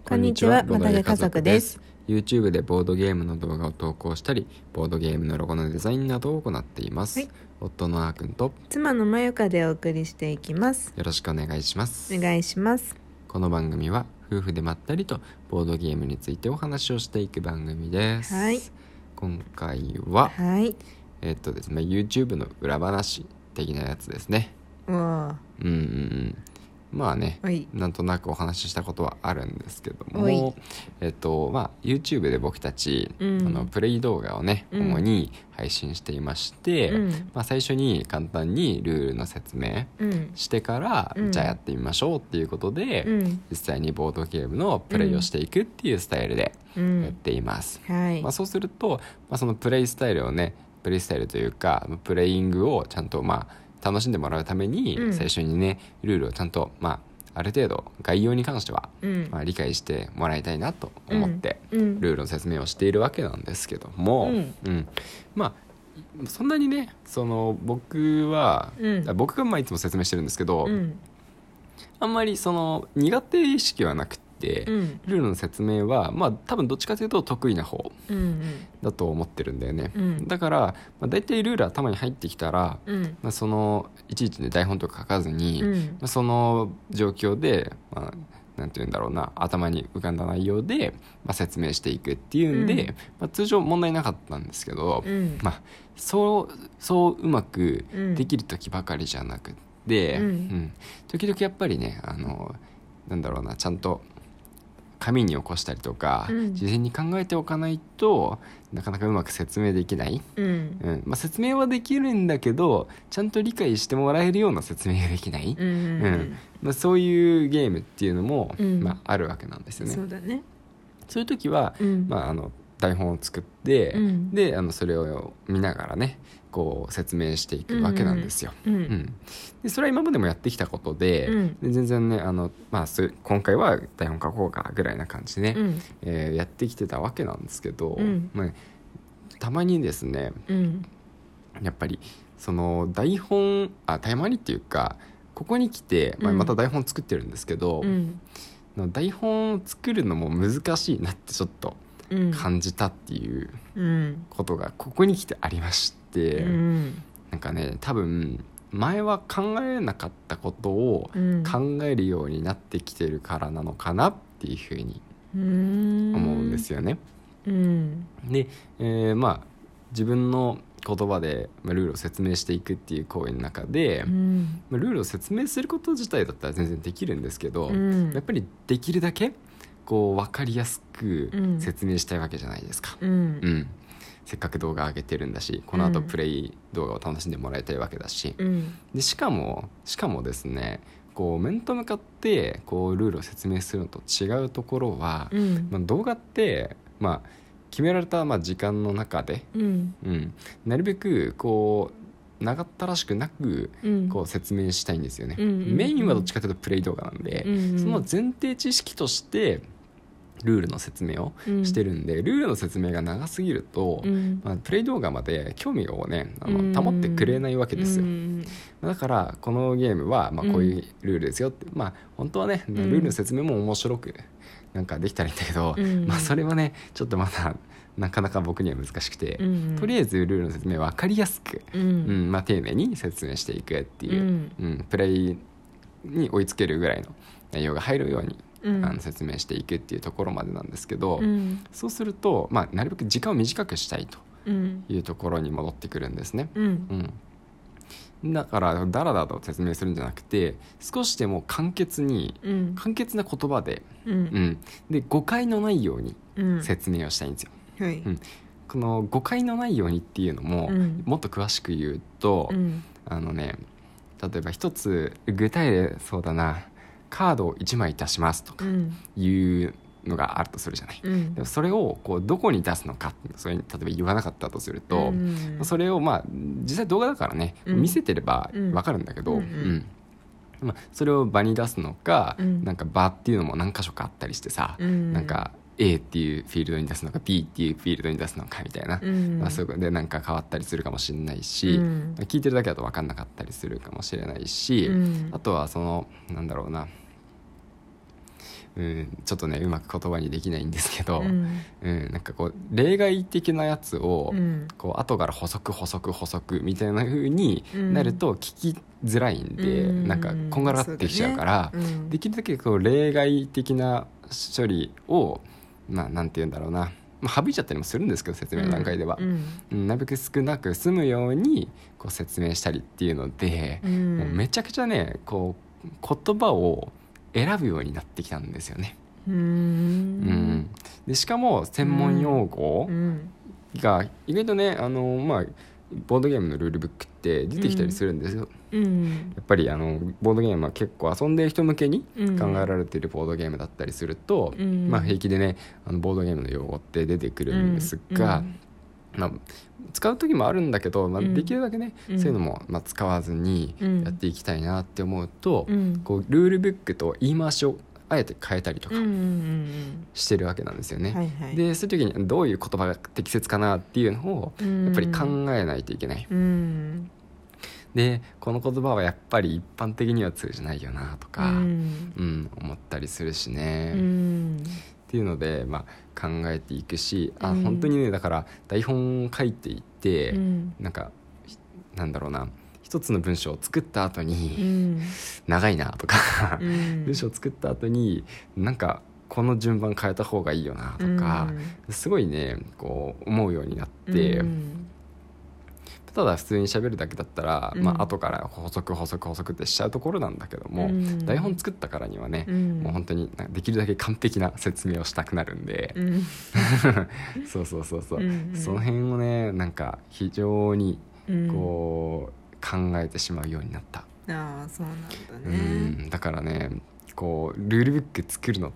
こんにちは、 ボードゲ家族です。 YouTube でボードゲームの動画を投稿したり、ボードゲームのロゴのデザインなどを行っています、 はい、 夫のあーくんと妻のまゆかでお送りしていきます。 よろしくお願いします。 お願いします。 この番組は夫婦でまったりとボードゲームについてお話をしていく番組です。 はい、 今回は、 はいですね、YouTube の裏話的なやつですね。まあね、なんとなくお話ししたことはあるんですけども、YouTube で僕たち、プレイ動画をね、主に配信していまして、最初に簡単にルールの説明してから、じゃあやってみましょうっていうことで、実際にボードゲームのプレイをしていくっていうスタイルでやっています。そうすると、そのプレイスタイルをね、プレイスタイルというかプレイングをちゃんと楽しんでもらうために、最初にねルールをちゃんとある程度概要に関しては、理解してもらいたいなと思って、ルールの説明をしているわけなんですけども、そんなにね僕がいつも説明してるんですけど、あんまり苦手意識はなくて、ルールの説明は多分どっちかというと得意な方だと思ってるんだよね、だからだいたいルール頭に入ってきたら、いちいちね台本とか書かずに、その状況で、なんていうんだろうな、頭に浮かんだ内容で、説明していくっていうんで、通常問題なかったんですけど、そううまくできる時ばかりじゃなくて、時々やっぱりねなんだろうな、ちゃんと紙に起こしたりとか、事前に考えておかないとなかなかうまく説明できない、説明はできるんだけどちゃんと理解してもらえるような説明ができない、そういうゲームっていうのも、あるわけなんですよね。 そうだね。 そういう時は、台本を作って、でそれを見ながらねこう説明していくわけなんですよ、でそれは今までもやってきたことで、全然ね今回は台本書こうかぐらいな感じでね、やってきてたわけなんですけど、たまにですね、やっぱりその台本たまにっていうかここに来て、また台本作ってるんですけど、台本を作るのも難しいなってちょっと感じたっていうことがここに来てありまして、なんかね多分前は考えなかったことを考えるようになってきてるからなのかなっていうふうに思うんですよね。で、自分の言葉でルールを説明していくっていう行為の中で、ルールを説明すること自体だったら全然できるんですけど、やっぱりできるだけこう分かりやすく説明したいわけじゃないですか、せっかく動画上げてるんだし、この後プレイ動画を楽しんでもらいたいわけだし、でしかもですね、こう面と向かってこうルールを説明するのと違うところは、動画って決められた時間の中で、なるべくこう長ったらしくなくこう説明したいんですよね、メインはどっちかというとプレイ動画なんで、その前提知識としてルールの説明をしてるんで、ルールの説明が長すぎると、プレイ動画まで興味をね保ってくれないわけですよ、だからこのゲームはこういうルールですよって、本当はねルールの説明も面白くなんかできたらいいんだけど、それはねちょっとまだなかなか僕には難しくて、とりあえずルールの説明分かりやすく、丁寧に説明していくっていう、プレイに追いつけるぐらいの内容が入るように説明していくっていうところまでなんですけど、そうすると、なるべく時間を短くしたいというところに戻ってくるんですね、だからダラダラと説明するんじゃなくて、少しでも簡潔な言葉で、で誤解のないように説明をしたいんですよ、この誤解のないようにっていうのも、もっと詳しく言うと、例えば一つ具体例、そうだな、カードを1枚出しますとかいうのがあるとするじゃない、でもそれをこうどこに出すのか、それに例えば言わなかったとすると、それを実際動画だからね、見せてれば分かるんだけど、それを場に出すのか、なんか場っていうのも何箇所かあったりしてさ、なんかA っていうフィールドに出すのか B っていうフィールドに出すのかみたいな、そこでなんか変わったりするかもしれないし、聞いてるだけだと分かんなかったりするかもしれないし、あとはなんだろうな、 ちょっとねうまく言葉にできないんですけど、なんかこう例外的なやつを、こう後から補足みたいな風になると聞きづらいんで、なんかこんがらがってきちゃうから、できるだけこう例外的な処理をなんて言うんだろうな、省いちゃったりもするんですけど説明の段階では、なるべく少なく済むようにこう説明したりっていうので、もうめちゃくちゃねこう言葉を選ぶようになってきたんですよね。でしかも専門用語が意外とねボードゲームのルールブックって出てきたりするんですよ、やっぱりボードゲームは結構遊んでる人向けに考えられているボードゲームだったりすると、平気でねボードゲームの用語って出てくるんですが、使う時もあるんだけど、できるだけね、そういうのも使わずにやっていきたいなって思うと、こうルールブックと言い回しをあえて変えたりとかしてるわけなんですよね、でそういう時にどういう言葉が適切かなっていうのをやっぱり考えないといけない、でこの言葉はやっぱり一般的には通じないよなとか、思ったりするしね、っていうので、考えていくし、本当にねだから台本を書いていって、なんだろうな一つの文章を作った後に、長いなとか文章を作った後にこの順番変えた方がいいよなとか、すごいねこう思うようになって、ただ普通に喋るだけだったら、後から補足ってしちゃうところなんだけども、台本作ったからにはね、もう本当にできるだけ完璧な説明をしたくなるんで、そう、その辺をね非常にこう考えてしまうようになった。 そうなんだね。 だからねこうルールブック作るのって、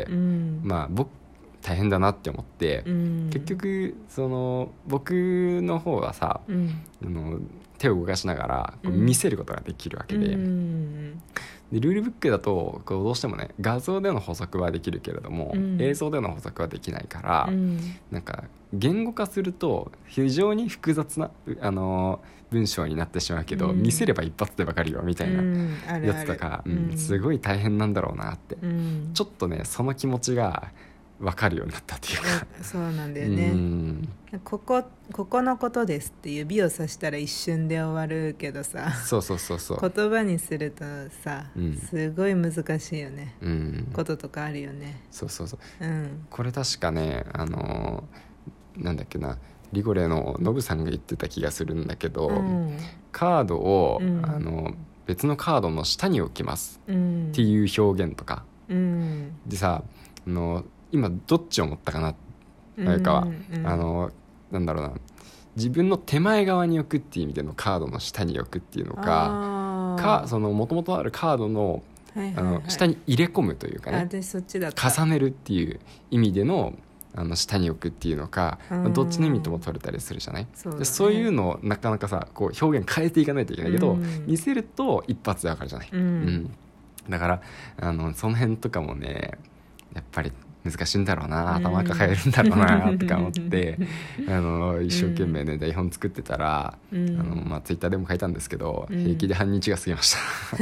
僕大変だなって思って、結局僕の方はさ、手を動かしながらこう見せることができるわけで、でルールブックだとこうどうしてもね画像での補足はできるけれども、映像での補足はできないから、言語化すると非常に複雑な文章になってしまうけど、見せれば一発でわかるよみたいなやつとか、すごい大変なんだろうなって、ちょっとねその気持ちが分かるようになったっていうかそうなんだよね、ここのことですって指をさしたら一瞬で終わるけどさ、 そう言葉にするとさ、すごい難しいよね、こととかあるよね。 そう、これ確かねなんだっけなリゴレのノブさんが言ってた気がするんだけど、カードを、別のカードの下に置きます、っていう表現とか、でさ今どっちを持ったかな誰かは、なんだろうな自分の手前側に置くっていう意味でのカードの下に置くっていうのか、その元々あるカードの、下に入れ込むというかね、 そっちだった。 重ねるっていう意味での下に置くっていうのか、どっちの意味とも取れたりするじゃない。そういうのをなかなかさこう表現変えていかないといけないけど、見せると一発でわかるじゃない、だからその辺とかもねやっぱり難しいんだろうな、頭抱えるんだろうなとか思って一生懸命ね台本作ってたら、ツイッターでも書いたんですけど、平気で半日が過ぎました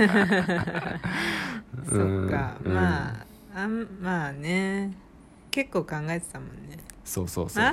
そっか、まあね結構考えてたもんね。 そう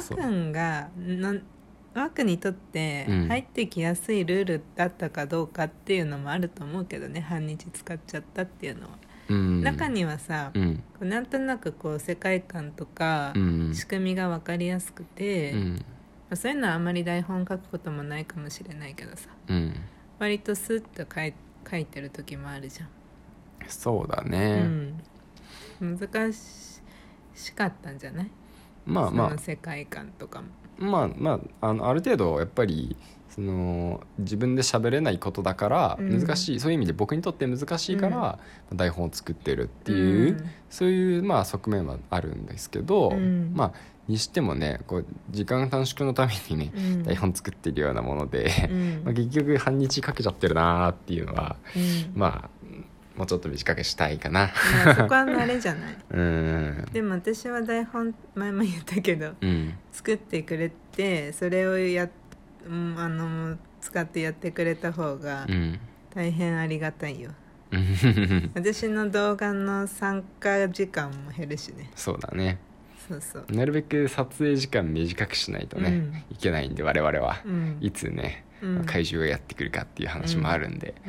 マー君にとって入ってきやすいルールだったかどうかっていうのもあると思うけどね、半日使っちゃったっていうのは。中にはさ、なんとなくこう世界観とか仕組みが分かりやすくて、そういうのはあんまり台本書くこともないかもしれないけどさ、割とスッと書いてる時もあるじゃん。 そうだね、 難しかったんじゃない？その世界観とかもある程度やっぱり自分で喋れないことだから難しい、そういう意味で僕にとって難しいから台本を作ってるっていう、そういう側面はあるんですけど、にしてもねこう時間短縮のためにね、台本作ってるようなもので、結局半日かけちゃってるなっていうのは、もうちょっと短くしたいかな。 そこは慣れじゃないでも私は台本前も言ったけど、作ってくれてそれを使ってやってくれた方が大変ありがたいよ。 私の動画の参加時間も減るしね。 そうだね。 そうそう、 なるべく撮影時間短くしないとね、いけないんで我々は、いつね、怪獣がやってくるかっていう話もあるんで、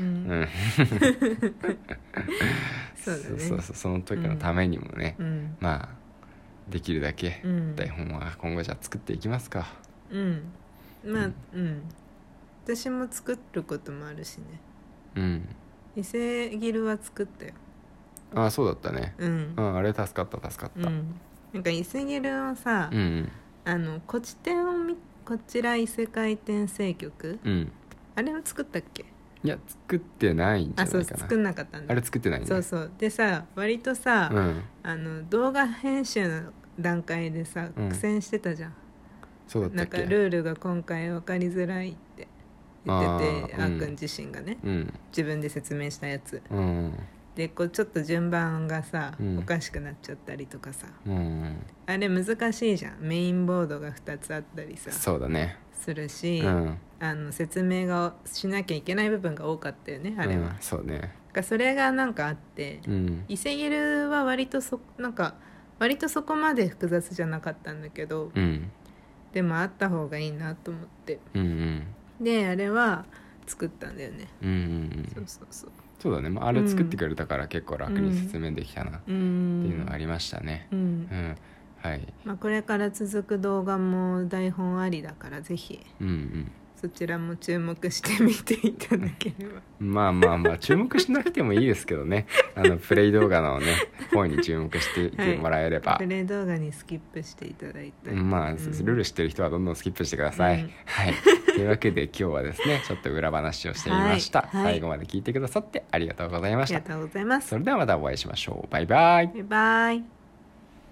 そうだね。そうその時のためにもね、まあできるだけ台本は今後じゃ作っていきますか。 まあ私も作ることもあるしね。伊勢ギルは作ったよ。 ああそうだったね。あれ助かった。 なんか伊勢ギルはさ、こちら異世界転生曲、あれを作ったっけ？ いや作ってないんじゃないかな。 そう作んなかったんだ。 あれ作ってないね。 そうでさ、割とさ、動画編集の段階でさ苦戦してたじゃん。 そうだったっけ？ なんかルールが今回分かりづらいって言ってて、あーくん自身がね、自分で説明したやつ、でこうちょっと順番がさ、おかしくなっちゃったりとかさ、あれ難しいじゃん。メインボードが2つあったりさ、 そうだね、 するし、説明がしなきゃいけない部分が多かったよね、あれは。 そうね。 それがなんかあって、伊勢ギルは割とそこまで複雑じゃなかったんだけど、でもあった方がいいなと思って、であれは作ったんだよね。そうだね、あれ作ってくれたから結構楽に説明できたなっていうのがありましたね。はい。 これから続く動画も台本ありだからぜひ、そちらも注目してみていただければまあ注目しなくてもいいですけどねプレイ動画のね方に注目していてもらえれば、 プレイ動画にスキップしていただいて、ルールしてる人はどんどんスキップしてください、はいというわけで今日はですねちょっと裏話をしてみました、最後まで聞いてくださってありがとうございました。 ありがとうございます。 それではまたお会いしましょう。バイバイ。 バイバイ。